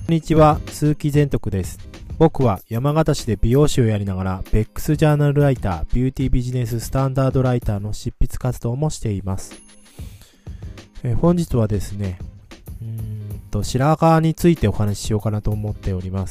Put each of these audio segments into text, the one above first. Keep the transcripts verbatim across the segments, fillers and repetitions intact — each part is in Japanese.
こんにちは、鈴木善徳です。僕は山形市で美容師をやりながら、ベックスジャーナルライター、ビューティービジネススタンダードライターの執筆活動もしています。え本日はですね、うーんと白髪についてお話ししようかなと思っております。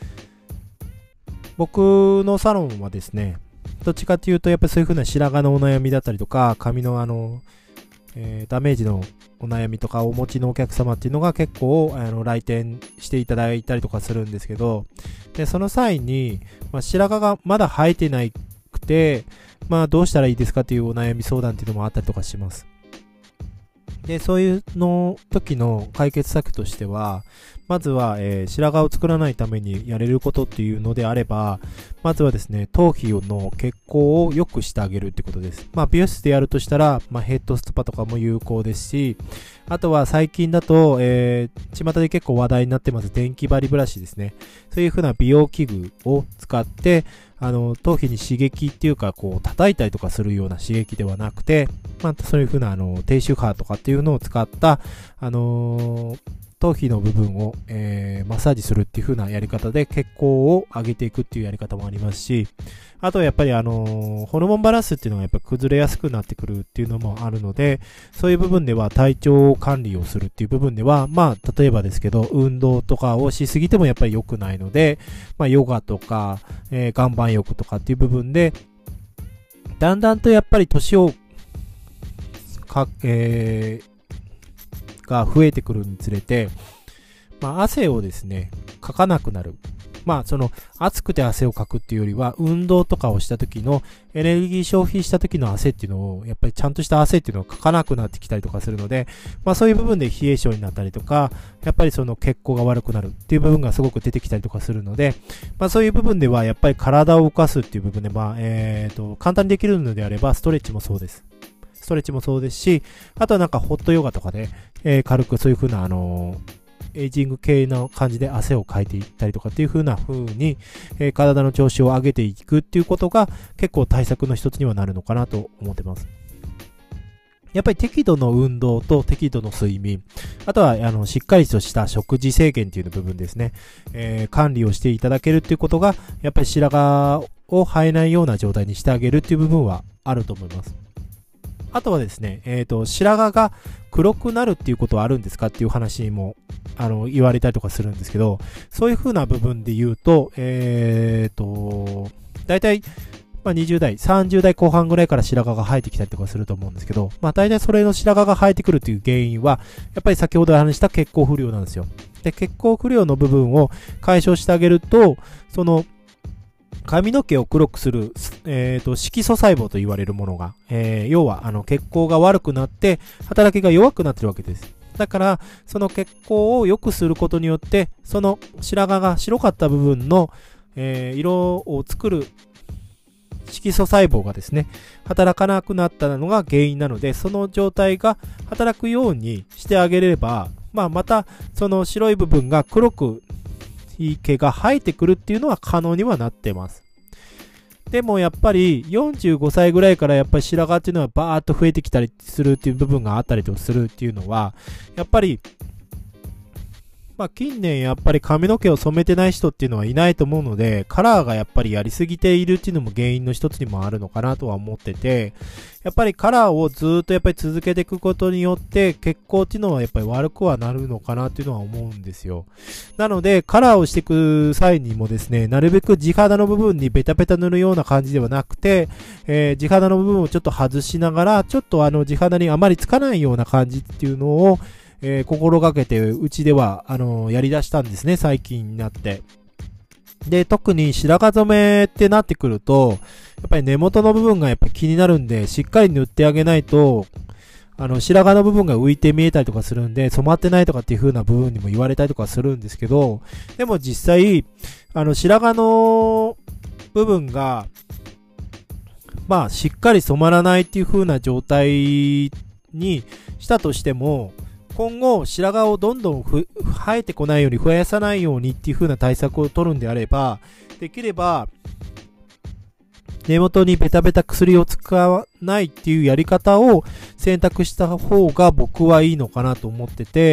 僕のサロンはですね、どっちかというとやっぱりそういう風な白髪のお悩みだったりとか、髪のあの、えー、ダメージのお悩みとかをお持ちのお客様っていうのが結構あの来店していただいたりとかするんですけど、でその際に、まあ、白髪がまだ生えてなくて、まあ、どうしたらいいですかというお悩み相談っていうのもあったりとかします。でそういうの時の解決策としては、まずは、えー、白髪を作らないためにやれることっていうのであれば、まずはですね、頭皮の血行を良くしてあげるってことです。まあ、美容室でやるとしたら、まあ、ヘッドスパとかも有効ですし、あとは最近だと、えー、巷で結構話題になってます電気針ブラシですね。そういう風な美容器具を使って、あの、頭皮に刺激っていうか、こう、叩いたりとかするような刺激ではなくて、まあ、そういう風な、あの、低周波とかっていうのを使った、あのー、頭皮の部分を、えー、マッサージするっていう風なやり方で血行を上げていくっていうやり方もありますし、あとはやっぱりあのー、ホルモンバランスっていうのがやっぱ崩れやすくなってくるっていうのもあるので、そういう部分では体調管理をするっていう部分では、まあ例えばですけど、運動とかをしすぎてもやっぱり良くないので、まあヨガとか、えー、岩盤浴とかっていう部分で、だんだんとやっぱり年をか、えーが増えてくるにつれて、まあ、汗をですね、かかなくなる。まあ、その、暑くて汗をかくっていうよりは、運動とかをした時の、エネルギー消費した時の汗っていうのを、やっぱりちゃんとした汗っていうのをかかなくなってきたりとかするので、まあ、そういう部分で冷え性になったりとか、やっぱりその血行が悪くなるっていう部分がすごく出てきたりとかするので、まあ、そういう部分では、やっぱり体を動かすっていう部分で、まあ、えーと、簡単にできるのであれば、ストレッチもそうです。ストレッチもそうですし、あとはなんかホットヨガとかで、えー、軽くそういう風なあのー、エイジング系の感じで汗をかいていったりとかっていう風な風に、えー、体の調子を上げていくっていうことが結構対策の一つにはなるのかなと思ってます。やっぱり適度の運動と適度の睡眠、あとはあのしっかりとした食事制限っていう部分ですね、えー、管理をしていただけるっていうことがやっぱり白髪を生えないような状態にしてあげるっていう部分はあると思います。あとはですね、えっと、白髪が黒くなるっていうことはあるんですかっていう話も、あの、言われたりとかするんですけど、そういう風な部分で言うと、えっと、だいたい、まあ、にじゅう代、さんじゅう代後半ぐらいから白髪が生えてきたりとかすると思うんですけど、まあ、大体それの白髪が生えてくるっていう原因は、やっぱり先ほど話した血行不良なんですよ。で、血行不良の部分を解消してあげると、その、髪の毛を黒くする、えーと、色素細胞と言われるものが、えー、要はあの血行が悪くなって働きが弱くなってるわけです。だからその血行を良くすることによってその白髪が白かった部分の、えー、色を作る色素細胞がですね働かなくなったのが原因なので、その状態が働くようにしてあげれば、まあ、またその白い部分が黒くいい毛が生えてくるっていうのは可能にはなってます。でもやっぱりよんじゅうごさいぐらいからやっぱり白髪っていうのはバーッと増えてきたりするっていう部分があったりとするっていうのは、やっぱりまあ近年やっぱり髪の毛を染めてない人っていうのはいないと思うので、カラーがやっぱりやりすぎているっていうのも原因の一つにもあるのかなとは思ってて、やっぱりカラーをずーっとやっぱり続けていくことによって血行っていうのはやっぱり悪くはなるのかなっていうのは思うんですよ。なのでカラーをしていく際にもですね、なるべく地肌の部分にベタベタ塗るような感じではなくて、えー、地肌の部分をちょっと外しながら、ちょっとあの地肌にあまりつかないような感じっていうのをえー、心がけてうちではあのー、やり出したんですね、最近になって。で、特に白髪染めってなってくると、やっぱり根元の部分がやっぱり気になるんで、しっかり塗ってあげないと、あの、白髪の部分が浮いて見えたりとかするんで、染まってないとかっていう風な部分にも言われたりとかするんですけど、でも実際、あの、白髪の部分が、まあ、しっかり染まらないっていう風な状態にしたとしても、今後白髪をどんどんふ生えてこないように増やさないようにっていう風な対策を取るんであれば、できれば根元にベタベタ薬を使わないっていうやり方を選択した方が僕はいいのかなと思ってて、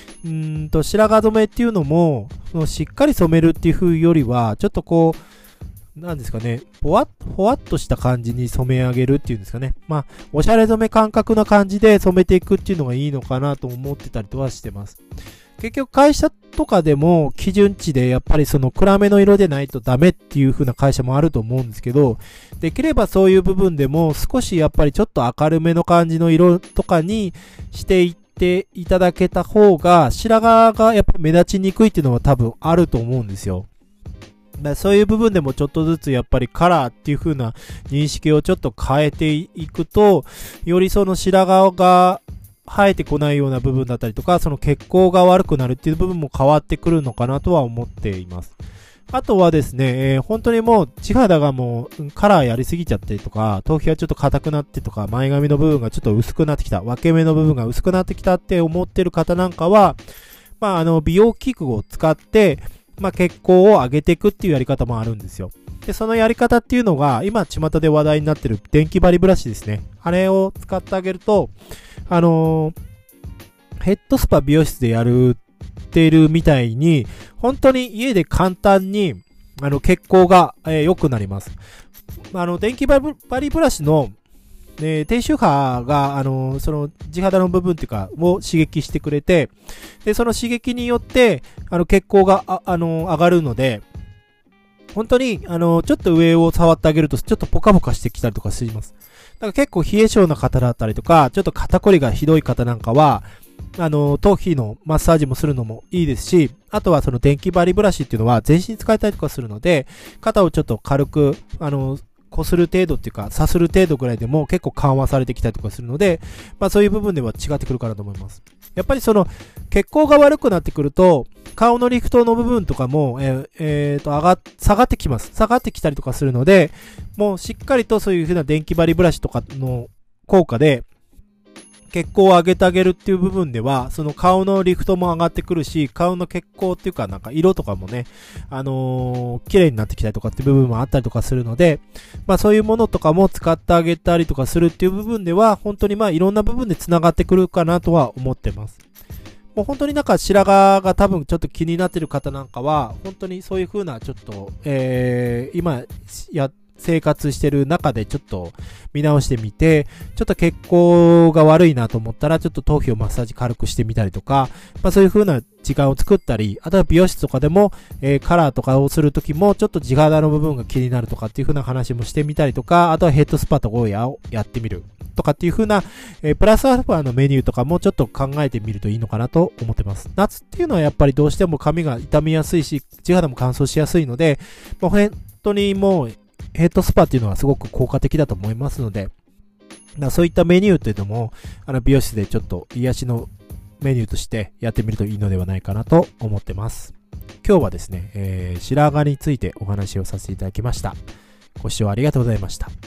うーんと、白髪染めっていうのも、そのしっかり染めるっていう風よりは、ちょっとこう、なんですかね、ぽわっ、ぽわっとした感じに染め上げるっていうんですかね。まあ、おしゃれ染め感覚な感じで染めていくっていうのがいいのかなと思ってたりとはしてます。結局会社とかでも基準値でやっぱりその暗めの色でないとダメっていう風な会社もあると思うんですけど、できればそういう部分でも少しやっぱりちょっと明るめの感じの色とかにしていっていただけた方が白髪がやっぱり目立ちにくいっていうのは多分あると思うんですよ。だそういう部分でもちょっとずつやっぱりカラーっていう風な認識をちょっと変えていくと、よりその白髪が生えてこないような部分だったりとか、その血行が悪くなるっていう部分も変わってくるのかなとは思っています。あとはですね、えー、本当にもう地肌がもうカラーやりすぎちゃってとか、頭皮がちょっと硬くなってとか、前髪の部分がちょっと薄くなってきた、分け目の部分が薄くなってきたって思ってる方なんかは、まああの美容器具を使って、まあ血行を上げていくっていうやり方もあるんですよ。で、そのやり方っていうのが、今巷で話題になってる電気針ブラシですね。あれを使ってあげると、あのー、ヘッドスパ美容室でやるってるみたいに、本当に家で簡単に、あの、血行が、えー、良くなります。あの、電気針ブラシの、えー、低周波が、あのー、その、地肌の部分っていうか、を刺激してくれて、で、その刺激によって、あの、血行が、あ、あのー、上がるので、本当に、あのー、ちょっと上を触ってあげると、ちょっとポカポカしてきたりとかします。だから結構冷え性な方だったりとか、ちょっと肩こりがひどい方なんかは、あの、頭皮のマッサージもするのもいいですし、あとはその電気針ブラシっていうのは全身使えたりとかするので、肩をちょっと軽く、あの、こする程度っていうか、さする程度ぐらいでも結構緩和されてきたりとかするので、まあそういう部分では違ってくるかなと思います。やっぱりその、血行が悪くなってくると、顔のリフトの部分とかも、えー、えー、と、上がっ、下がってきます。下がってきたりとかするので、もうしっかりとそういう風な電気針ブラシとかの効果で、血行を上げてあげるっていう部分では、その顔のリフトも上がってくるし、顔の血行っていうかなんか色とかもね、あのー、綺麗になってきたりとかっていう部分もあったりとかするので、まあそういうものとかも使ってあげたりとかするっていう部分では、本当にまあいろんな部分で繋がってくるかなとは思ってます。もう本当になんか白髪が多分ちょっと気になってる方なんかは、本当にそういう風なちょっと、えー、今や、生活してる中でちょっと見直してみて、ちょっと血行が悪いなと思ったら、ちょっと頭皮をマッサージ軽くしてみたりとか、まあそういう風な時間を作ったり、あとは美容室とかでも、えー、カラーとかをするときも、ちょっと地肌の部分が気になるとかっていう風な話もしてみたりとか、あとはヘッドスパとかを や, やってみるとかっていう風な、えー、プラスアルファのメニューとかもちょっと考えてみるといいのかなと思ってます。夏っていうのはやっぱりどうしても髪が傷みやすいし、地肌も乾燥しやすいので、もう本当にもう、ヘッドスパっていうのはすごく効果的だと思いますので、まあ、そういったメニューというのも、あの美容室でちょっと癒しのメニューとしてやってみるといいのではないかなと思ってます。今日はですね、えー、白髪についてお話をさせていただきました。ご視聴ありがとうございました。